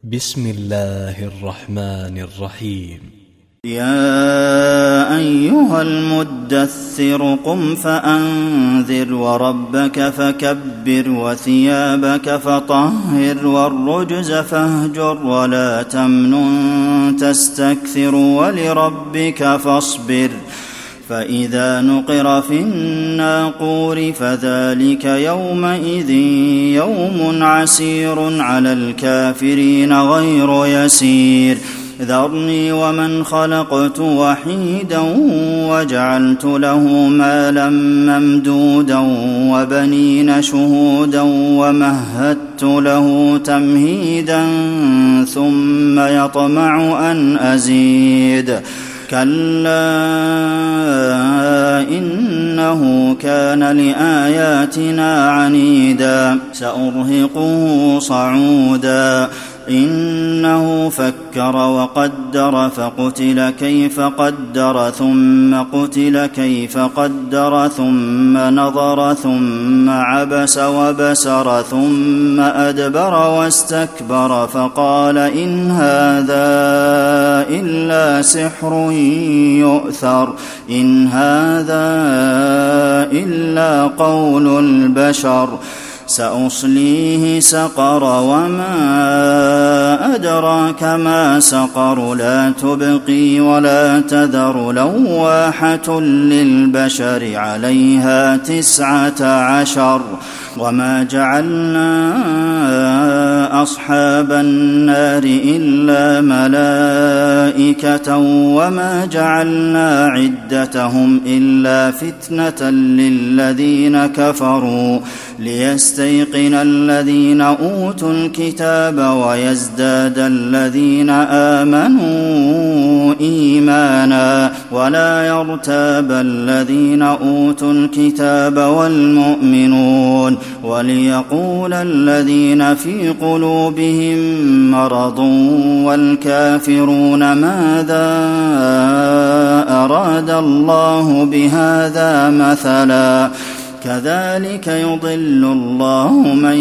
بسم الله الرحمن الرحيم. يا أيها المدثر قم فأنذر وربك فكبر وثيابك فطهر والرجز فاهجر ولا تمنن تستكثر ولربك فاصبر فإذا نقر في الناقور فذلك يومئذ يوم عسير على الكافرين غير يسير. ذرني ومن خلقت وحيدا وجعلت له مالا ممدودا وبنين شهودا ومهدت له تمهيدا ثم يطمع أن أزيد كلا إنه كان لآياتنا عنيدا سأرهقه صعودا إنه فكر وقدر فقتل كيف قدر ثم قتل كيف قدر ثم نظر ثم عبس وبسر ثم أدبر واستكبر فقال إن هذا إلا سحر يؤثر إن هذا إلا قول البشر سأصليه سقر وما أدراك ما سقر لا تبقي ولا تذر لواحة للبشر عليها 19 وما جعلنا أصحاب النار إلا ملائكة وما جعلنا عدتهم إلا فتنة للذين كفروا ليستيقن الذين أوتوا الكتاب ويزداد الذين آمنوا إيمانا ولا يرتاب الذين أوتوا الكتاب والمؤمنون وليقول الذين في قلوبهم مرض والكافرون ماذا أراد الله بهذا مثلا كذلك يضل الله من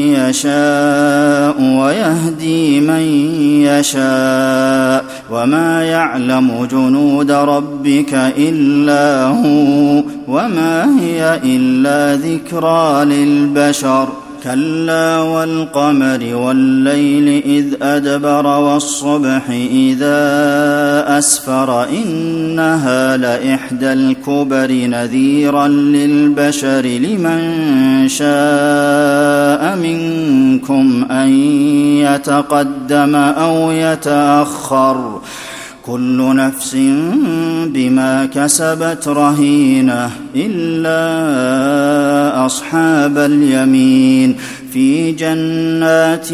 يشاء ويهدي من يشاء وما يعلم جنود ربك إلا هو وما هي إلا ذكرى للبشر كلا والقمر والليل إذ أدبر والصبح إذا أسفر إنها لإحدى الكبر نذيرا للبشر لمن شاء منكم أن يتقدم أو يتأخر كل نفس بما كسبت رهينة إلا أصحاب اليمين في جنات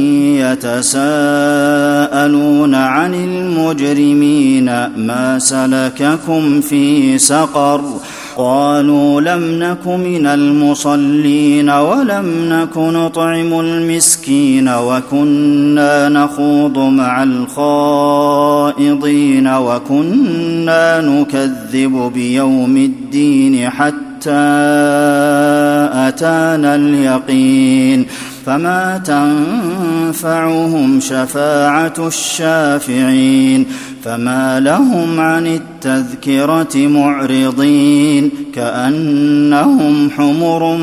يتساءلون عن المجرمين ما سلككم في سقر قالوا لم نك من المصلين ولم نك نطعم المسكين وكنا نخوض مع الخائضين وكنا نكذب بيوم الدين حتى أتانا اليقين فما تنفعهم شفاعة الشافعين فما لهم عن التذكرة معرضين كأنهم حمر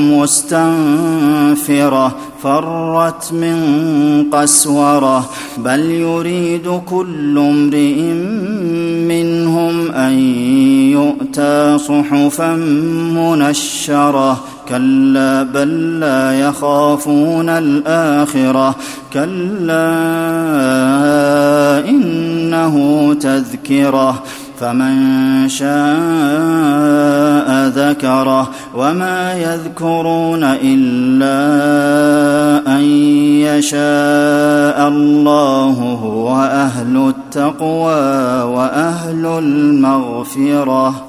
مستنفرة فرت من قسورة بل يريد كل امرئ منهم أن يؤتى صحفا منشرة كلا بل لا يخافون الآخرة كلا إنه تذكرة فمن شاء ذكره وما يذكرون إلا أن يشاء الله هو أهل التقوى وأهل المغفرة.